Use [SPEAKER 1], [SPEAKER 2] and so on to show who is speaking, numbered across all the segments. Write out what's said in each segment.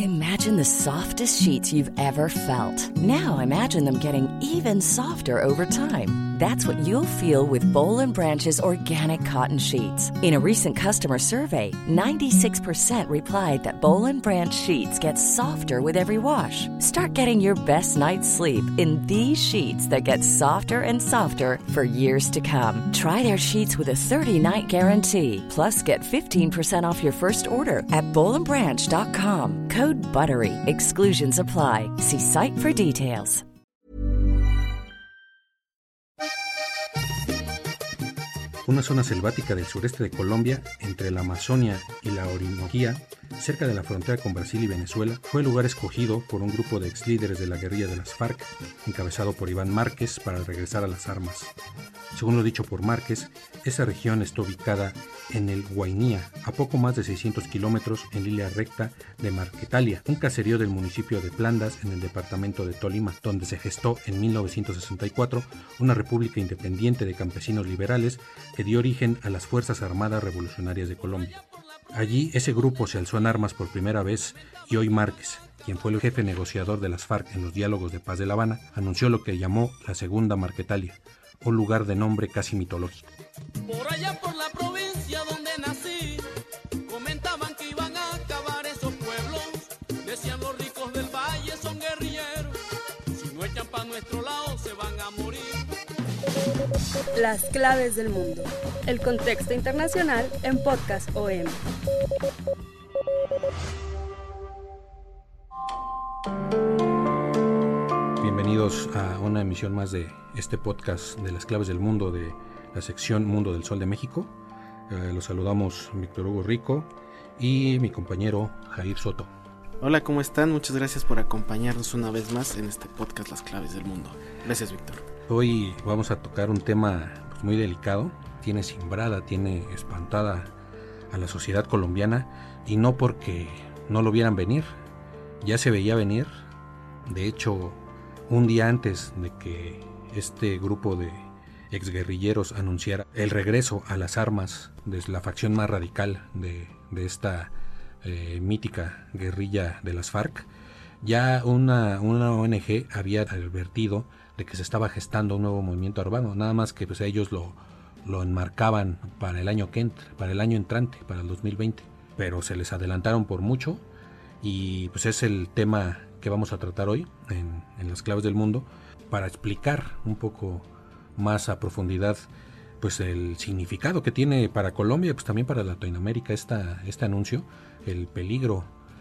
[SPEAKER 1] Imagine the softest sheets you've ever felt. Now imagine them getting even softer over time. That's what you'll feel with Boll & Branch's organic cotton sheets. In a recent customer survey, 96% replied that Boll & Branch sheets get softer with every wash. Start getting your best night's sleep in these sheets that get softer and softer for years to come. Try their sheets with a 30-night guarantee. Plus, get 15% off your first order at bollandbranch.com. Code BUTTERY. Exclusions apply. See site for details.
[SPEAKER 2] Una zona selvática del sureste de Colombia, entre la Amazonia y la Orinoquía, cerca de la frontera con Brasil y Venezuela, fue el lugar escogido por un grupo de exlíderes de la guerrilla de las FARC, encabezado por Iván Márquez, para regresar a las armas. Según lo dicho por Márquez, esa región está ubicada en el Guainía, a poco más de 600 kilómetros en línea recta de Marquetalia, un caserío del municipio de Plandas en el departamento de Tolima, donde se gestó en 1964 una república independiente de campesinos liberales que dio origen a las Fuerzas Armadas Revolucionarias de Colombia. Allí ese grupo se alzó en armas por primera vez y hoy Márquez, quien fue el jefe negociador de las FARC en los diálogos de paz de La Habana, anunció lo que llamó la Segunda Marquetalia, un lugar de nombre casi mitológico.
[SPEAKER 3] Por allá por la provincia donde nací, comentaban que iban a acabar esos pueblos. Decían los ricos del valle son guerrilleros, si no echan pa' nuestro lado se van a morir.
[SPEAKER 4] Las claves del mundo. El contexto internacional en Podcast OM.
[SPEAKER 2] Bienvenidos a una emisión más de este podcast de las claves del mundo de la sección Mundo del Sol de México. Los saludamos Víctor Hugo Rico y mi compañero Jair Soto.
[SPEAKER 5] Hola, ¿cómo están? Muchas gracias por acompañarnos una vez más en este podcast Las claves del mundo. Gracias, Víctor.
[SPEAKER 2] Hoy vamos a tocar un tema muy delicado. Tiene cimbrada, tiene espantada a la sociedad colombiana, y no porque no lo vieran venir. Ya se veía venir. De hecho, un día antes de que este grupo de exguerrilleros anunciara el regreso a las armas de la facción más radical de esta mítica guerrilla de las FARC, ya una ONG había advertido de que se estaba gestando un nuevo movimiento armado, nada más que pues ellos lo enmarcaban para el año entrante, para el 2020, pero se les adelantaron por mucho, y pues es el tema que vamos a tratar hoy en las claves del mundo, para explicar un poco más a profundidad pues el significado que tiene para Colombia y pues también para Latinoamérica este anuncio, el peligro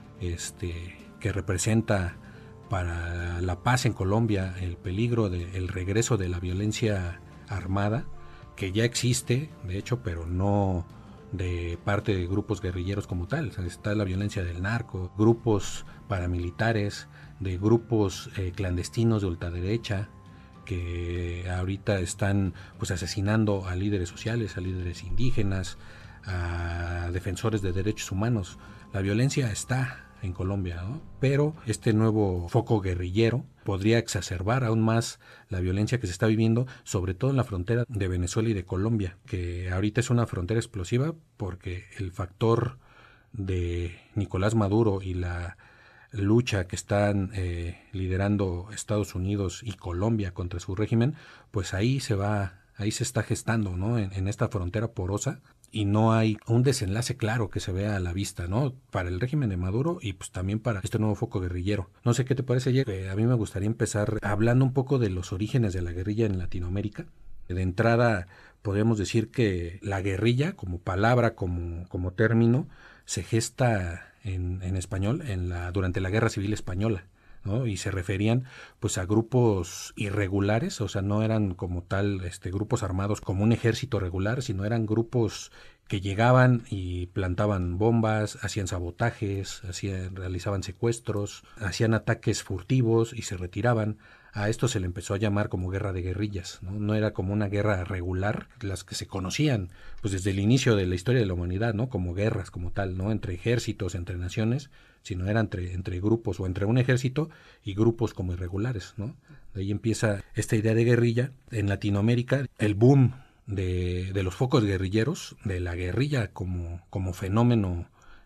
[SPEAKER 2] que representa para la paz en Colombia, el peligro del regreso de la violencia armada, que ya existe, de hecho, pero no de parte de grupos guerrilleros como tal. O sea, está la violencia del narco, grupos paramilitares, de grupos clandestinos de ultraderecha, que ahorita están pues asesinando a líderes sociales, a líderes indígenas, a defensores de derechos humanos. La violencia está en Colombia, ¿no? Pero este nuevo foco guerrillero podría exacerbar aún más la violencia que se está viviendo, sobre todo en la frontera de Venezuela y de Colombia, que ahorita es una frontera explosiva porque el factor de Nicolás Maduro y la lucha que están liderando Estados Unidos y Colombia contra su régimen, pues ahí se está gestando, ¿no? En esta frontera porosa, y no hay un desenlace claro que se vea a la vista, ¿no? Para el régimen de Maduro y pues también para este nuevo foco guerrillero. No sé qué te parece, Jair. A mí me gustaría empezar hablando un poco de los orígenes de la guerrilla en Latinoamérica. De entrada, podemos decir que la guerrilla, como palabra, como término, se gesta en español durante la Guerra Civil Española, ¿no? Y se referían pues a grupos irregulares, o sea, no eran como tal grupos armados como un ejército regular, sino eran grupos que llegaban y plantaban bombas, hacían sabotajes, realizaban secuestros, hacían ataques furtivos y se retiraban. A esto se le empezó a llamar como guerra de guerrillas, ¿no? No era como una guerra regular, las que se conocían pues desde el inicio de la historia de la humanidad, ¿no? Como guerras como tal, ¿no? Entre ejércitos, entre naciones, sino era entre grupos, o entre un ejército y grupos como irregulares, ¿no? De ahí empieza esta idea de guerrilla. En Latinoamérica, el boom de los focos guerrilleros, de la guerrilla como fenómeno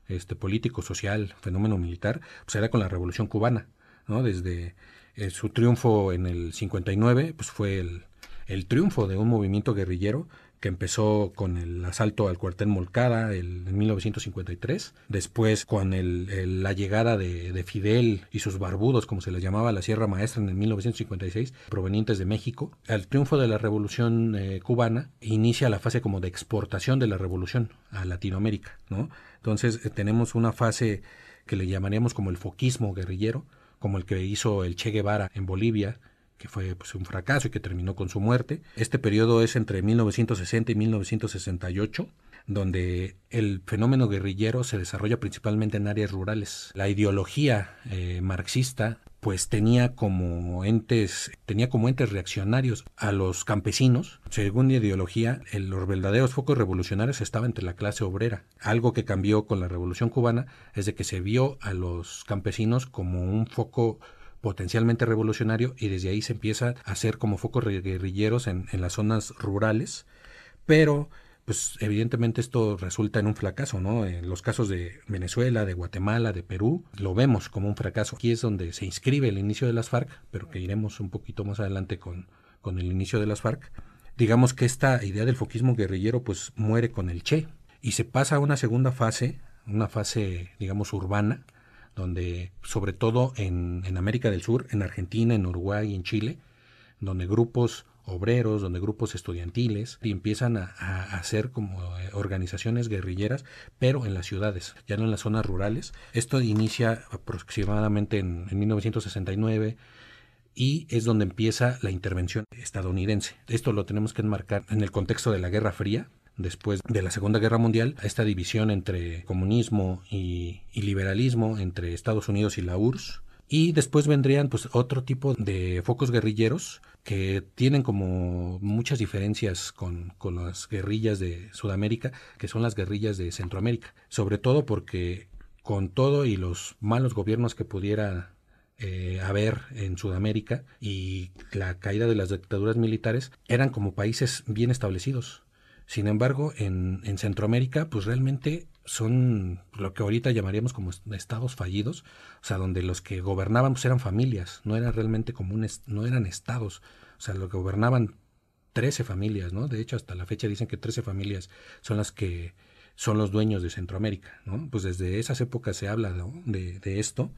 [SPEAKER 2] político, social, fenómeno militar, pues era con la Revolución Cubana, ¿no? Desde su triunfo en el 59, pues fue el triunfo de un movimiento guerrillero que empezó con el asalto al cuartel Moncada en 1953, después con la llegada de Fidel y sus barbudos, como se les llamaba, a la Sierra Maestra en el 1956, provenientes de México. El triunfo de la Revolución cubana inicia la fase como de exportación de la revolución a Latinoamérica, ¿no? Entonces tenemos una fase que le llamaríamos como el foquismo guerrillero, como el que hizo el Che Guevara en Bolivia, que fue pues un fracaso y que terminó con su muerte. Este periodo es entre 1960 y 1968, donde el fenómeno guerrillero se desarrolla principalmente en áreas rurales. La ideología marxista pues tenía como entes reaccionarios a los campesinos. Según la ideología, los verdaderos focos revolucionarios estaban entre la clase obrera. Algo que cambió con la Revolución Cubana es de que se vio a los campesinos como un foco potencialmente revolucionario, y desde ahí se empieza a hacer como focos guerrilleros en las zonas rurales, pero pues evidentemente esto resulta en un fracaso, ¿no? En los casos de Venezuela, de Guatemala, de Perú, lo vemos como un fracaso. Aquí es donde se inscribe el inicio de las FARC, pero que iremos un poquito más adelante con el inicio de las FARC. Digamos que esta idea del foquismo guerrillero pues muere con el Che, y se pasa a una segunda fase, una fase digamos urbana, donde sobre todo en América del Sur, en Argentina, en Uruguay y en Chile, donde grupos obreros, donde grupos estudiantiles empiezan a hacer como organizaciones guerrilleras, pero en las ciudades, ya no en las zonas rurales. Esto inicia aproximadamente en 1969 y es donde empieza la intervención estadounidense. Esto lo tenemos que enmarcar en el contexto de la Guerra Fría. Después de la Segunda Guerra Mundial, esta división entre comunismo y liberalismo entre Estados Unidos y la URSS, y después vendrían pues otro tipo de focos guerrilleros que tienen como muchas diferencias con las guerrillas de Sudamérica, que son las guerrillas de Centroamérica, sobre todo porque con todo y los malos gobiernos que pudiera haber en Sudamérica y la caída de las dictaduras militares, eran como países bien establecidos. Sin embargo, en Centroamérica, pues realmente son lo que ahorita llamaríamos como estados fallidos, o sea, donde los que gobernaban pues eran familias, no eran realmente comunes, no eran estados, o sea, lo que gobernaban 13 familias, ¿no? De hecho, hasta la fecha dicen que 13 familias son las que son los dueños de Centroamérica, ¿no? Pues desde esas épocas se habla, ¿no? de esto.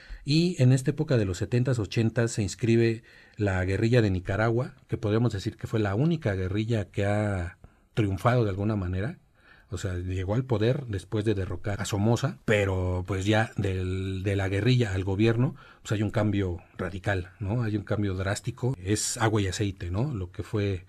[SPEAKER 2] Y en esta época de los 70s, 80s se inscribe la guerrilla de Nicaragua, que podemos decir que fue la única guerrilla que ha triunfado de alguna manera. O sea, llegó al poder después de derrocar a Somoza, pero pues ya de la guerrilla al gobierno, pues hay un cambio radical, ¿no? Hay un cambio drástico, es agua y aceite, ¿no? Lo que fue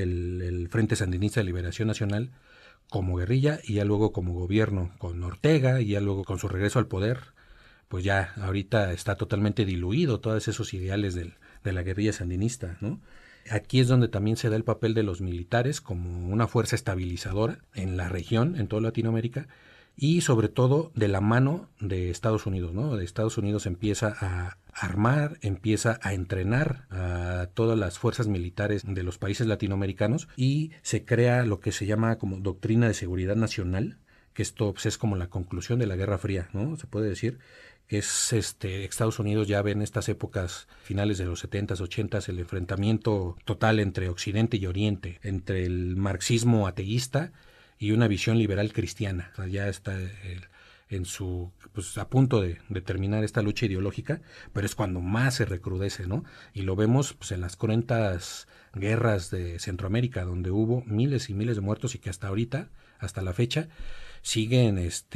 [SPEAKER 2] el Frente Sandinista de Liberación Nacional como guerrilla, y ya luego como gobierno con Ortega, y ya luego con su regreso al poder, pues ya ahorita está totalmente diluido todos esos ideales de la guerrilla sandinista, ¿no? Aquí es donde también se da el papel de los militares como una fuerza estabilizadora en la región, en toda Latinoamérica, y sobre todo de la mano de Estados Unidos, ¿no? De Estados Unidos empieza a armar, empieza a entrenar a todas las fuerzas militares de los países latinoamericanos, y se crea lo que se llama como doctrina de seguridad nacional, que esto pues, es como la conclusión de la Guerra Fría, ¿no? Se puede decir que es Estados Unidos ya ve en estas épocas finales de los 70s, 80s el enfrentamiento total entre Occidente y Oriente, entre el marxismo ateísta y una visión liberal cristiana. O sea, ya está en su pues a punto de terminar esta lucha ideológica, pero es cuando más se recrudece, ¿no? Y lo vemos pues en las cruentas guerras de Centroamérica, donde hubo miles y miles de muertos, y que hasta ahorita, hasta la fecha, siguen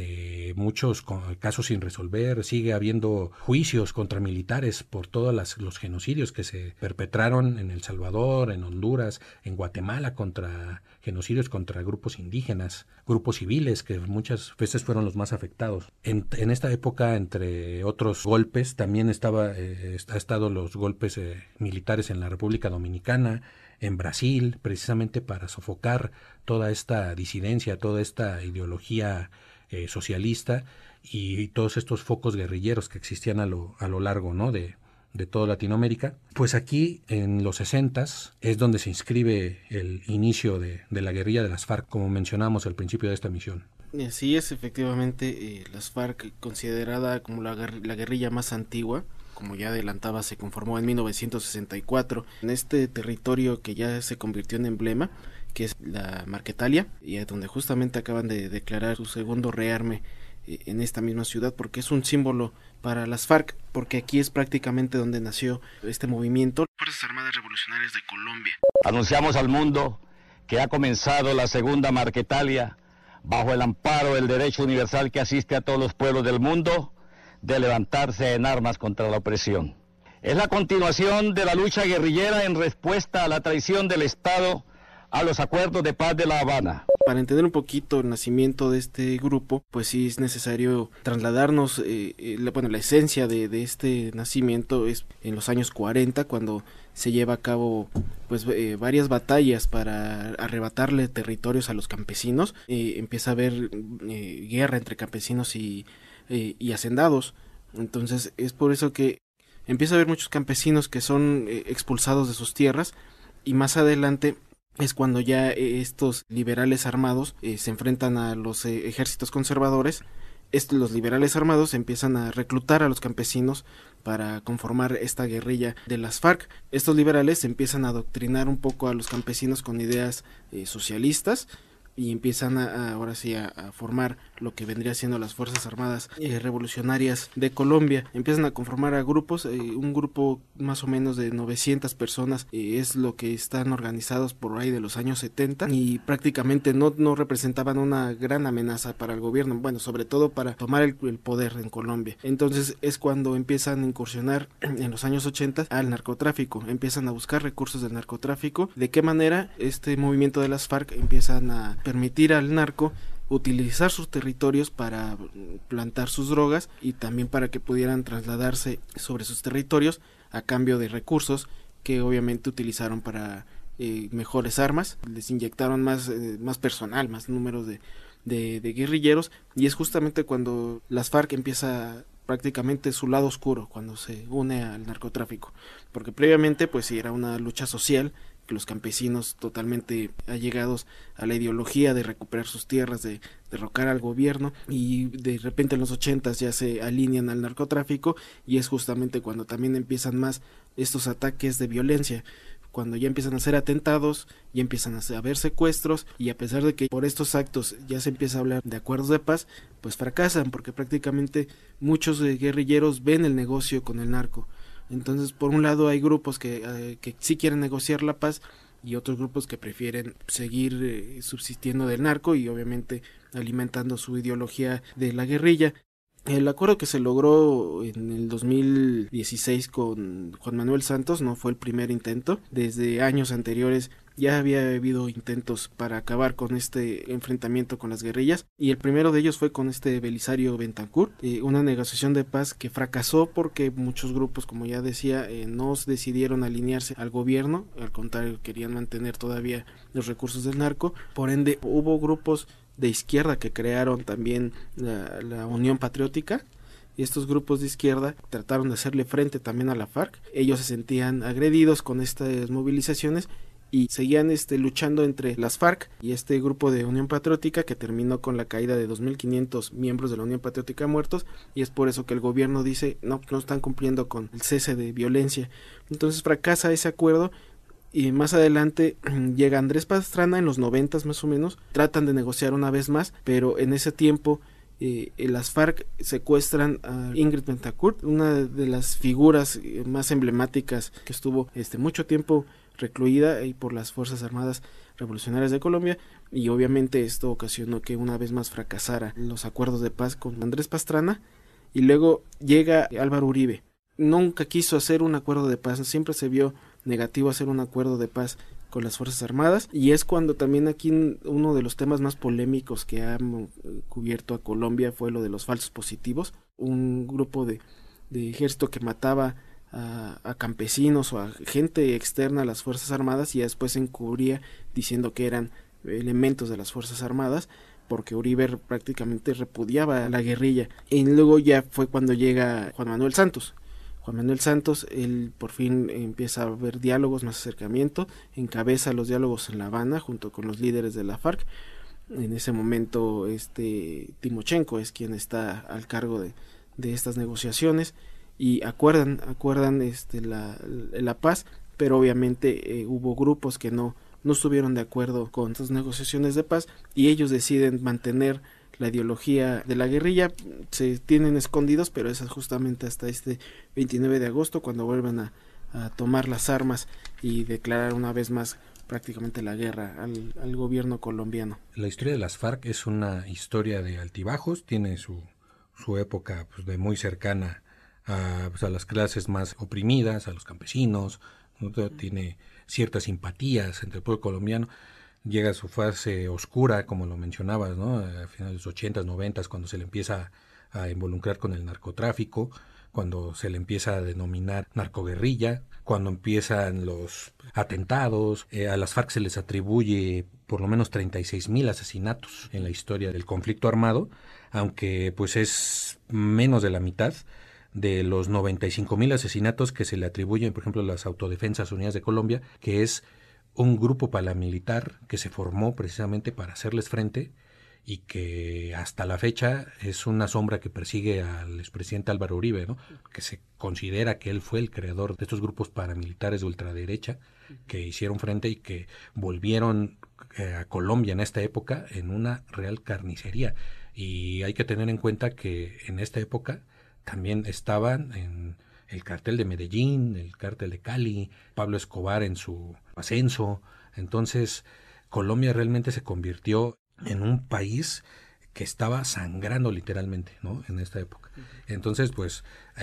[SPEAKER 2] muchos casos sin resolver, sigue habiendo juicios contra militares por todos los genocidios que se perpetraron en El Salvador, en Honduras, en Guatemala, contra genocidios contra grupos indígenas, grupos civiles, que muchas veces fueron los más afectados. En esta época, entre otros golpes, también ha estado los golpes militares en la República Dominicana, en Brasil, precisamente para sofocar toda esta disidencia, toda esta ideología socialista y todos estos focos guerrilleros que existían a lo largo, ¿no? de toda Latinoamérica. Pues aquí en los 60s es donde se inscribe el inicio de la guerrilla de las FARC, como mencionamos al principio de esta misión.
[SPEAKER 5] Así es, efectivamente, las FARC, considerada como la guerrilla más antigua, como ya adelantaba, se conformó en 1964 en este territorio que ya se convirtió en emblema, que es la Marquetalia, y es donde justamente acaban de declarar su segundo rearme en esta misma ciudad, porque es un símbolo para las FARC, porque aquí es prácticamente donde nació este movimiento. Fuerzas Armadas Revolucionarias de Colombia.
[SPEAKER 6] Anunciamos al mundo que ha comenzado la segunda Marquetalia, bajo el amparo del derecho universal que asiste a todos los pueblos del mundo, de levantarse en armas contra la opresión. Es la continuación de la lucha guerrillera en respuesta a la traición del Estado a los acuerdos de paz de La Habana.
[SPEAKER 5] Para entender un poquito el nacimiento de este grupo, pues sí es necesario trasladarnos, la esencia de este nacimiento es en los años 40, cuando se lleva a cabo pues varias batallas para arrebatarle territorios a los campesinos. Empieza a haber guerra entre campesinos y hacendados. Entonces es por eso que empieza a haber muchos campesinos que son expulsados de sus tierras, y más adelante es cuando ya estos liberales armados se enfrentan a los ejércitos conservadores. Los liberales armados empiezan a reclutar a los campesinos para conformar esta guerrilla de las FARC. Estos liberales empiezan a adoctrinar un poco a los campesinos con ideas socialistas, y empiezan ahora sí a formar lo que vendría siendo las Fuerzas Armadas Revolucionarias de Colombia. Empiezan a conformar a grupos, un grupo más o menos de 900 personas, es lo que están organizados por ahí de los años 70, y prácticamente no representaban una gran amenaza para el gobierno, bueno, sobre todo para tomar el poder en Colombia. Entonces es cuando empiezan a incursionar en los años 80 al narcotráfico, empiezan a buscar recursos del narcotráfico. ¿De qué manera? Este movimiento de las FARC empiezan a permitir al narco utilizar sus territorios para plantar sus drogas, y también para que pudieran trasladarse sobre sus territorios a cambio de recursos que obviamente utilizaron para mejores armas. Les inyectaron más personal, más números de guerrilleros, y es justamente cuando las FARC empieza prácticamente su lado oscuro, cuando se une al narcotráfico, porque previamente pues sí era una lucha social, que los campesinos totalmente allegados a la ideología de recuperar sus tierras, de derrocar al gobierno, y de repente en los 80s ya se alinean al narcotráfico, y es justamente cuando también empiezan más estos ataques de violencia, cuando ya empiezan a hacer atentados, ya empiezan a haber secuestros, y a pesar de que por estos actos ya se empieza a hablar de acuerdos de paz, pues fracasan, porque prácticamente muchos guerrilleros ven el negocio con el narco. Entonces, por un lado hay grupos que sí quieren negociar la paz, y otros grupos que prefieren seguir subsistiendo del narco y obviamente alimentando su ideología de la guerrilla. El acuerdo que se logró en el 2016 con Juan Manuel Santos no fue el primer intento. Desde años anteriores ya había habido intentos para acabar con este enfrentamiento con las guerrillas, y el primero de ellos fue con Belisario Betancur, una negociación de paz que fracasó porque muchos grupos, como ya decía, no decidieron alinearse al gobierno, al contrario, querían mantener todavía los recursos del narco. Por ende, hubo grupos de izquierda que crearon también la Unión Patriótica, y estos grupos de izquierda trataron de hacerle frente también a la FARC. Ellos se sentían agredidos con estas movilizaciones y seguían luchando entre las FARC y este grupo de Unión Patriótica, que terminó con la caída de 2.500 miembros de la Unión Patriótica muertos, y es por eso que el gobierno dice no están cumpliendo con el cese de violencia. Entonces fracasa ese acuerdo, y más adelante llega Andrés Pastrana en los 90s más o menos, tratan de negociar una vez más, pero en ese tiempo las FARC secuestran a Ingrid Betancourt, una de las figuras más emblemáticas que estuvo mucho tiempo recluida por las Fuerzas Armadas Revolucionarias de Colombia, y obviamente esto ocasionó que una vez más fracasara los acuerdos de paz con Andrés Pastrana. Y luego llega Álvaro Uribe. Nunca quiso hacer un acuerdo de paz, siempre se vio negativo hacer un acuerdo de paz con las Fuerzas Armadas, y es cuando también aquí uno de los temas más polémicos que ha cubierto a Colombia fue lo de los falsos positivos, un grupo de ejército que mataba a campesinos o a gente externa a las Fuerzas Armadas, y después se encubría diciendo que eran elementos de las Fuerzas Armadas, porque Uribe prácticamente repudiaba a la guerrilla. Y luego ya fue cuando llega Juan Manuel Santos. Él por fin empieza a haber diálogos, más acercamiento, encabeza los diálogos en La Habana junto con los líderes de la FARC, En ese momento Timochenko es quien está al cargo de estas negociaciones y acuerdan la paz, pero obviamente hubo grupos que no estuvieron de acuerdo con estas negociaciones de paz y ellos deciden mantener la ideología de la guerrilla. Se tienen escondidos, pero es justamente hasta este 29 de agosto cuando vuelven a tomar las armas y declarar una vez más prácticamente la guerra al gobierno colombiano.
[SPEAKER 2] La historia de las FARC es una historia de altibajos, tiene su época pues, de muy cercana a las clases más oprimidas, a los campesinos, ¿no? Tiene ciertas simpatías entre el pueblo colombiano, llega a su fase oscura, como lo mencionabas, ¿no? A finales de los 80s, 90s, cuando se le empieza a involucrar con el narcotráfico, cuando se le empieza a denominar narcoguerrilla, cuando empiezan los atentados. A las FARC se les atribuye por lo menos 36,000 asesinatos en la historia del conflicto armado, aunque pues es menos de la mitad de los 95,000 asesinatos que se le atribuyen, por ejemplo, a las Autodefensas Unidas de Colombia, que es un grupo paramilitar que se formó precisamente para hacerles frente y que hasta la fecha es una sombra que persigue al expresidente Álvaro Uribe, ¿no? Que se considera que él fue el creador de estos grupos paramilitares de ultraderecha que hicieron frente y que volvieron a Colombia en esta época en una real carnicería. Y hay que tener en cuenta que en esta época también estaban en el cartel de Medellín, el cartel de Cali, Pablo Escobar en su ascenso. Entonces, Colombia realmente se convirtió en un país que estaba sangrando literalmente, ¿no? En esta época. Entonces, pues,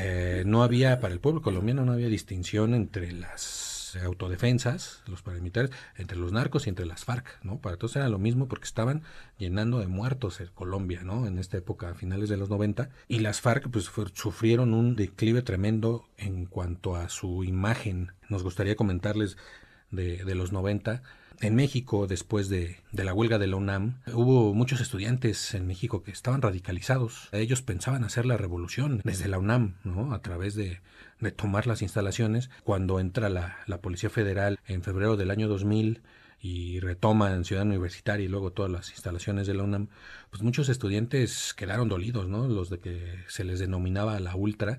[SPEAKER 2] no había, para el pueblo colombiano no había distinción entre las autodefensas, los paramilitares, entre los narcos y entre las FARC, ¿no? Para todos era lo mismo porque estaban llenando de muertos en Colombia, ¿no? En esta época, a finales de los 90, y las FARC, pues, sufrieron un declive tremendo en cuanto a su imagen. Nos gustaría comentarles de los 90. En México, después de la huelga de la UNAM, hubo muchos estudiantes en México que estaban radicalizados. Ellos pensaban hacer la revolución desde la UNAM, ¿no? A través de tomar las instalaciones. Cuando entra la Policía Federal en febrero del año 2000 y retoma en Ciudad Universitaria y luego todas las instalaciones de la UNAM, pues muchos estudiantes quedaron dolidos, ¿no? Los de que se les denominaba la ultra,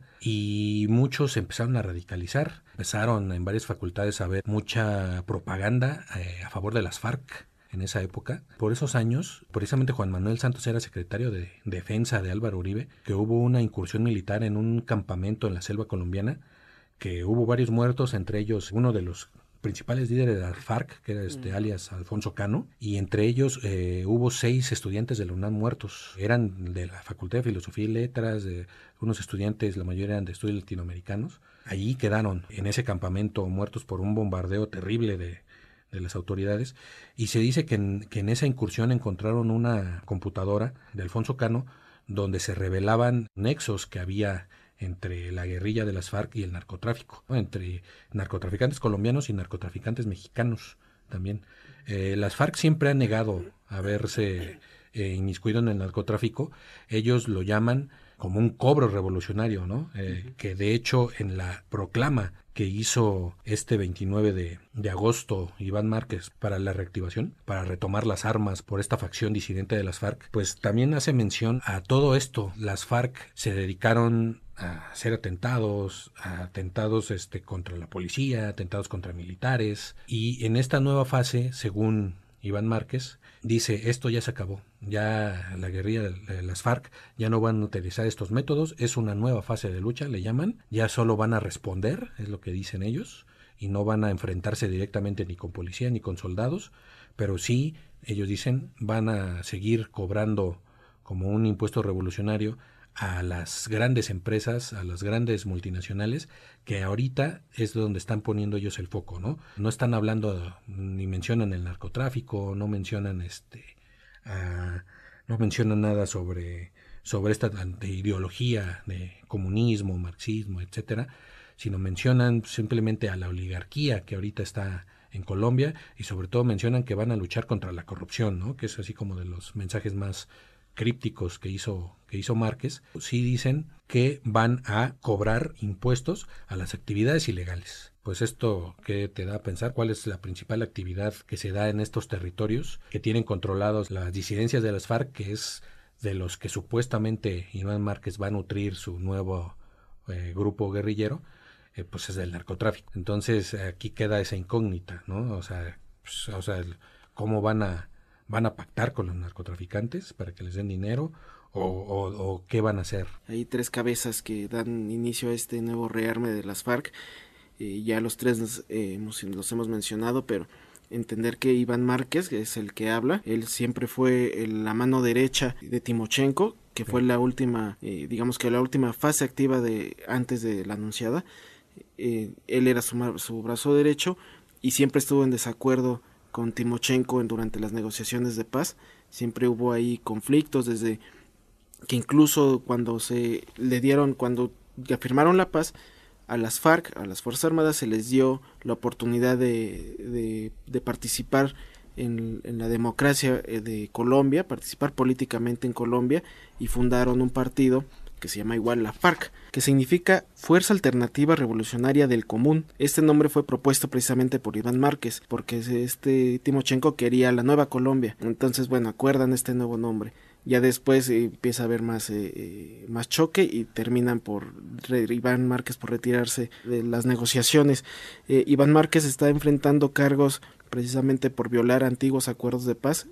[SPEAKER 2] y muchos empezaron a radicalizar. Empezaron en varias facultades a ver mucha propaganda a favor de las FARC en esa época. Por esos años, precisamente Juan Manuel Santos era secretario de Defensa de Álvaro Uribe, que hubo una incursión militar en un campamento en la selva colombiana, que hubo varios muertos, entre ellos uno de los principales líderes de la FARC, que era alias Alfonso Cano, y entre ellos hubo 6 estudiantes de la UNAM muertos. Eran de la Facultad de Filosofía y Letras, de unos estudiantes, la mayoría eran de estudios latinoamericanos. Allí quedaron en ese campamento muertos por un bombardeo terrible de las autoridades, y se dice que en esa incursión encontraron una computadora de Alfonso Cano donde se revelaban nexos que había entre la guerrilla de las FARC y el narcotráfico, ¿no? Entre narcotraficantes colombianos y narcotraficantes mexicanos también. Las FARC siempre han negado haberse inmiscuido en el narcotráfico. Ellos lo llaman como un cobro revolucionario, ¿no? Que de hecho en la proclama que hizo este 29 de agosto Iván Márquez para la reactivación, para retomar las armas por esta facción disidente de las FARC, pues también hace mención a todo esto. Las FARC se dedicaron a hacer atentados contra la policía, atentados contra militares, y en esta nueva fase, según Iván Márquez, dice, esto ya se acabó, ya la guerrilla de las FARC ya no van a utilizar estos métodos, es una nueva fase de lucha, le llaman, ya solo van a responder, es lo que dicen ellos, y no van a enfrentarse directamente ni con policía ni con soldados, pero sí, ellos dicen, van a seguir cobrando como un impuesto revolucionario a las grandes empresas, a las grandes multinacionales, que ahorita es donde están poniendo ellos el foco, ¿no? No están hablando ni mencionan el narcotráfico, no mencionan no mencionan nada sobre esta ideología de comunismo, marxismo, etcétera, sino mencionan simplemente a la oligarquía que ahorita está en Colombia, y sobre todo mencionan que van a luchar contra la corrupción, ¿no? Que es así como de los mensajes más crípticos que hizo Márquez, sí dicen que van a cobrar impuestos a las actividades ilegales. Pues esto, ¿qué te da a pensar? ¿Cuál es la principal actividad que se da en estos territorios que tienen controlados las disidencias de las FARC, que es de los que supuestamente Iván Márquez va a nutrir su nuevo grupo guerrillero? Pues es del narcotráfico. Entonces aquí queda esa incógnita, ¿no? O sea, ¿cómo van a pactar con los narcotraficantes para que les den dinero? ¿O qué van a hacer?
[SPEAKER 5] Hay 3 cabezas que dan inicio a este nuevo rearme de las FARC. Ya los 3 los hemos mencionado, pero entender que Iván Márquez, que es el que habla, él siempre fue la mano derecha de Timochenko, que fue la última, digamos que la última fase activa antes de la anunciada. Él era su brazo derecho y siempre estuvo en desacuerdo con Timochenko durante las negociaciones de paz. Siempre hubo ahí conflictos, desde que incluso cuando ya firmaron la paz, a las FARC, a las Fuerzas Armadas, se les dio la oportunidad de participar en la democracia de Colombia, participar políticamente en Colombia, y fundaron un partido que se llama igual la FARC, que significa Fuerza Alternativa Revolucionaria del Común. Este nombre fue propuesto precisamente por Iván Márquez, porque Timochenko quería la nueva Colombia. Entonces, bueno, acuerdan este nuevo nombre. Ya después empieza a haber más choque y terminan Iván Márquez por retirarse de las negociaciones. Iván Márquez está enfrentando cargos precisamente por violar antiguos acuerdos de paz,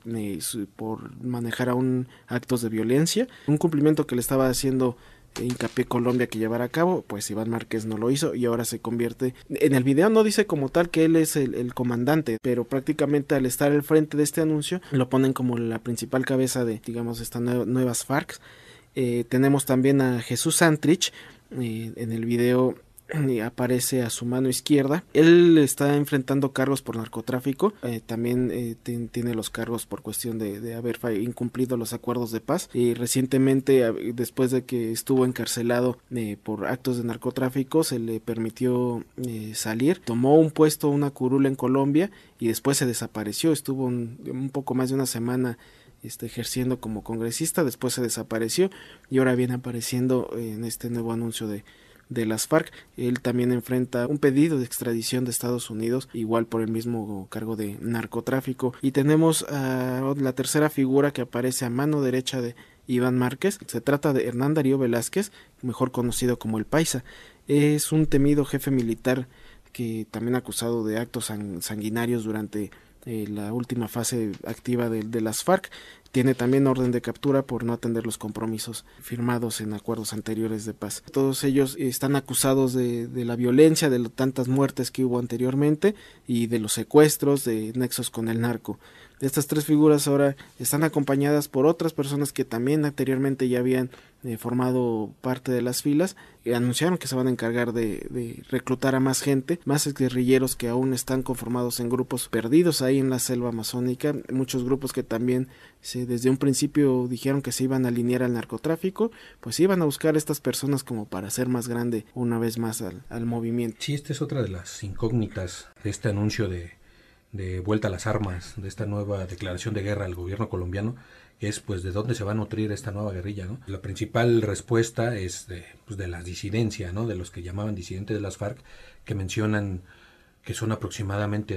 [SPEAKER 5] por manejar aún actos de violencia, un cumplimiento que le estaba haciendo hincapié Colombia que llevar a cabo. Pues Iván Márquez no lo hizo y ahora se convierte, en el video no dice como tal que él es el comandante, pero prácticamente al estar al frente de este anuncio lo ponen como la principal cabeza de, digamos, estas nuevas FARC. Tenemos también a Jesús Santrich, en el video aparece a su mano izquierda. Él está enfrentando cargos por narcotráfico, también tiene los cargos por cuestión de haber incumplido los acuerdos de paz, y recientemente, después de que estuvo encarcelado por actos de narcotráfico, se le permitió salir, tomó un puesto, una curul en Colombia, y después se desapareció. Estuvo un poco más de una semana ejerciendo como congresista, después se desapareció y ahora viene apareciendo en este nuevo anuncio de las FARC. Él también enfrenta un pedido de extradición de Estados Unidos, igual por el mismo cargo de narcotráfico. Y tenemos a la tercera figura que aparece a mano derecha de Iván Márquez. Se trata de Hernán Darío Velázquez, mejor conocido como el Paisa. Es un temido jefe militar que también acusado de actos sanguinarios durante la última fase activa de las FARC. Tiene también orden de captura por no atender los compromisos firmados en acuerdos anteriores de paz. Todos ellos están acusados de la violencia, de tantas muertes que hubo anteriormente y de los secuestros, de nexos con el narco. Estas 3 figuras ahora están acompañadas por otras personas que también anteriormente ya habían formado parte de las filas, y anunciaron que se van a encargar de reclutar a más gente, más guerrilleros que aún están conformados en grupos perdidos ahí en la selva amazónica, muchos grupos que también desde un principio dijeron que se iban a alinear al narcotráfico, pues iban a buscar a estas personas como para hacer más grande una vez más al movimiento.
[SPEAKER 2] Sí, esta es otra de las incógnitas de este anuncio de vuelta a las armas, de esta nueva declaración de guerra al gobierno colombiano, es pues de dónde se va a nutrir esta nueva guerrilla, ¿no? La principal respuesta es de la disidencia, ¿no? De los que llamaban disidentes de las FARC, que mencionan que son aproximadamente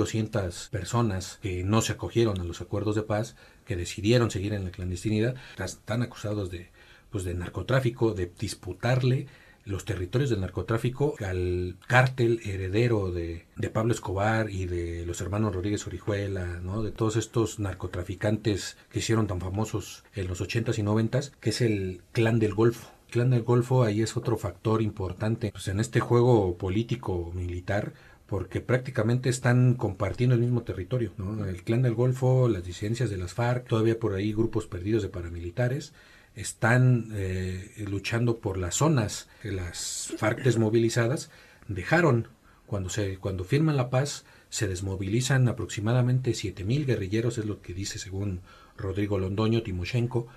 [SPEAKER 2] 2.200 personas que no se acogieron a los acuerdos de paz, que decidieron seguir en la clandestinidad. Están acusados de narcotráfico, de disputarle los territorios del narcotráfico al cártel heredero de Pablo Escobar y de los hermanos Rodríguez Orihuela, ¿no? De todos estos narcotraficantes que hicieron tan famosos en los 80s y 90s, que es el Clan del Golfo. El Clan del Golfo ahí es otro factor importante pues en este juego político militar, porque prácticamente están compartiendo el mismo territorio, ¿no? El Clan del Golfo, las disidencias de las FARC, todavía por ahí grupos perdidos de paramilitares, están luchando por las zonas que las FARC desmovilizadas dejaron. Cuando firman la paz, se desmovilizan aproximadamente 7.000 guerrilleros, es lo que dice según Rodrigo Londoño, Timochenko,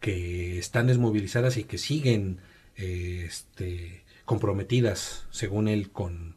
[SPEAKER 2] que están desmovilizadas y que siguen comprometidas, según él, con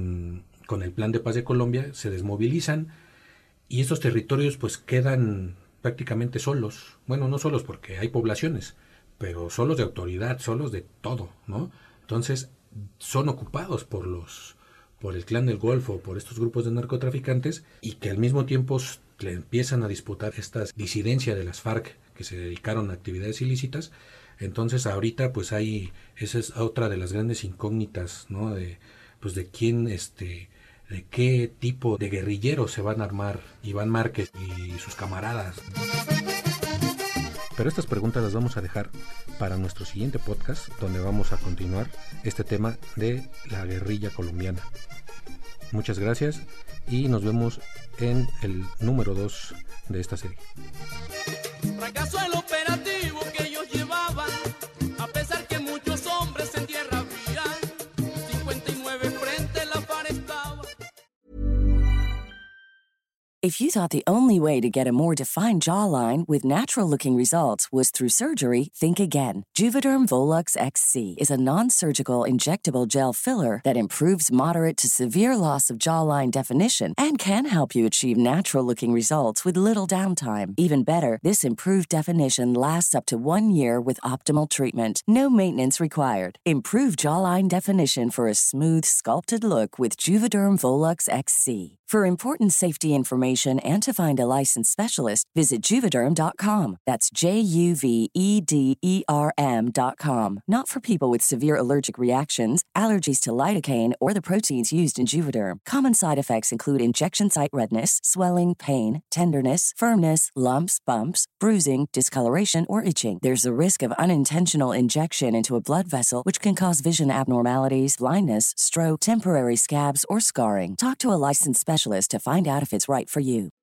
[SPEAKER 2] el plan de paz de Colombia. Se desmovilizan y estos territorios pues quedan prácticamente solos. Bueno, no solos porque hay poblaciones, pero solos de autoridad, solos de todo, ¿no? Entonces son ocupados por el Clan del Golfo, por estos grupos de narcotraficantes, y que al mismo tiempo le empiezan a disputar esta disidencia de las FARC que se dedicaron a actividades ilícitas. Entonces ahorita pues esa es otra de las grandes incógnitas, ¿no? De quién, de qué tipo de guerrilleros se van a armar Iván Márquez y sus camaradas. Pero estas preguntas las vamos a dejar para nuestro siguiente podcast, donde vamos a continuar este tema de la guerrilla colombiana. Muchas gracias y nos vemos en el número 2 de esta serie.
[SPEAKER 3] Fracasó el operativo que ellos llevaban, a pesar que muchos hombres en tierra habían, 59 frente la FARC estaba.
[SPEAKER 1] If you thought the only way to get a more defined jawline with natural-looking results was through surgery, think again. Juvederm Volux XC is a non-surgical injectable gel filler that improves moderate to severe loss of jawline definition and can help you achieve natural-looking results with little downtime. Even better, this improved definition lasts up to 1 year with optimal treatment. No maintenance required. Improve jawline definition for a smooth, sculpted look with Juvederm Volux XC. For important safety information and to find a licensed specialist, visit Juvederm.com. That's JUVEDERM.com. Not for people with severe allergic reactions, allergies to lidocaine, or the proteins used in Juvederm. Common side effects include injection site redness, swelling, pain, tenderness, firmness, lumps, bumps, bruising, discoloration, or itching. There's a risk of unintentional injection into a blood vessel, which can cause vision abnormalities, blindness, stroke, temporary scabs, or scarring. Talk to a licensed specialist to find out if it's right for you.